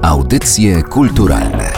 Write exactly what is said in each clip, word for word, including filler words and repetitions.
Audycje kulturalne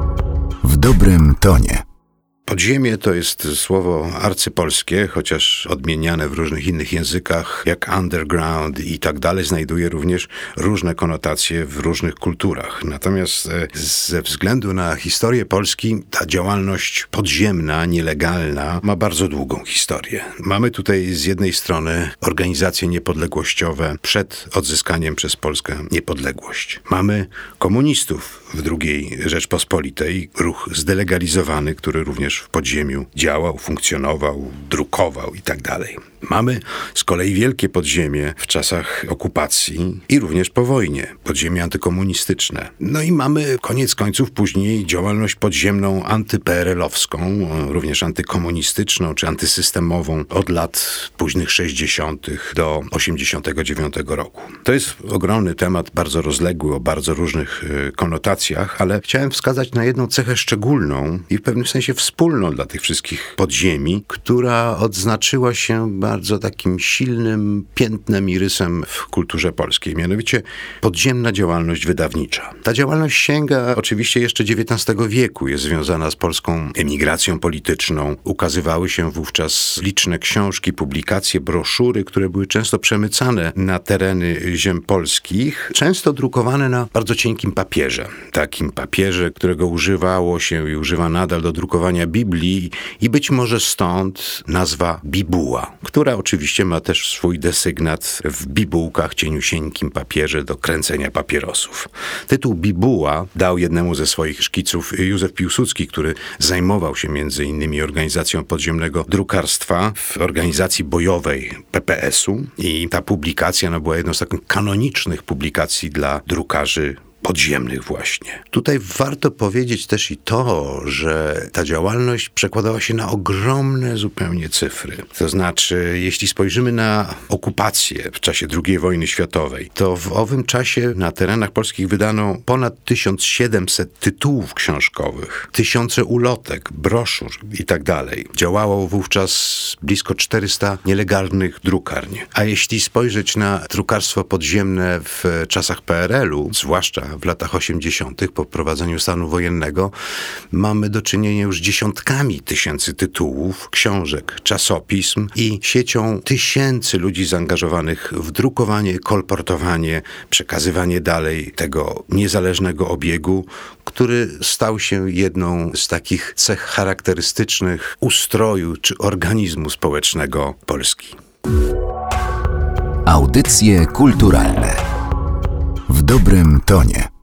w dobrym tonie. Podziemie to jest słowo arcypolskie, chociaż odmieniane w różnych innych językach, jak underground i tak dalej, znajduje również różne konotacje w różnych kulturach. Natomiast ze względu na historię Polski ta działalność podziemna, nielegalna ma bardzo długą historię. Mamy tutaj z jednej strony organizacje niepodległościowe przed odzyskaniem przez Polskę niepodległość. Mamy komunistów w drugiej Rzeczpospolitej, ruch zdelegalizowany, który również w podziemiu działał, funkcjonował, drukował i tak dalej. Mamy z kolei wielkie podziemie w czasach okupacji i również po wojnie, podziemie antykomunistyczne. No i mamy koniec końców później działalność podziemną antype er el owską, również antykomunistyczną czy antysystemową od lat późnych sześćdziesiątych do osiemdziesiątego dziewiątego roku. To jest ogromny temat, bardzo rozległy, o bardzo różnych konotacjach, ale chciałem wskazać na jedną cechę szczególną i w pewnym sensie wspólną dla tych wszystkich podziemi, która odznaczyła się bardzo takim silnym piętnem i rysem w kulturze polskiej, mianowicie podziemna działalność wydawnicza. Ta działalność sięga oczywiście jeszcze dziewiętnastego wieku, jest związana z polską emigracją polityczną. Ukazywały się wówczas liczne książki, publikacje, broszury, które były często przemycane na tereny ziem polskich, często drukowane na bardzo cienkim papierze. Takim papierze, którego używało się i używa nadal do drukowania Biblii i być może stąd nazwa bibuła, która oczywiście ma też swój desygnat w bibułkach, cieniusieńkim papierze do kręcenia papierosów. Tytuł bibuła dał jednemu ze swoich szkiców Józef Piłsudski, który zajmował się między innymi organizacją podziemnego drukarstwa w organizacji bojowej pe pe esu i ta publikacja no, była jedną z takich kanonicznych publikacji dla drukarzy podziemnych właśnie. Tutaj warto powiedzieć też i to, że ta działalność przekładała się na ogromne zupełnie cyfry. To znaczy, jeśli spojrzymy na okupację w czasie drugiej wojny światowej, to w owym czasie na terenach polskich wydano ponad tysiąc siedemset tytułów książkowych, tysiące ulotek, broszur i tak dalej. Działało wówczas blisko czterysta nielegalnych drukarni. A jeśli spojrzeć na drukarstwo podziemne w czasach pe er el u, zwłaszcza w latach osiemdziesiątych po wprowadzeniu stanu wojennego, mamy do czynienia już z dziesiątkami tysięcy tytułów, książek, czasopism i siecią tysięcy ludzi zaangażowanych w drukowanie, kolportowanie, przekazywanie dalej tego niezależnego obiegu, który stał się jedną z takich cech charakterystycznych ustroju czy organizmu społecznego Polski. Audycje kulturalne w dobrym tonie.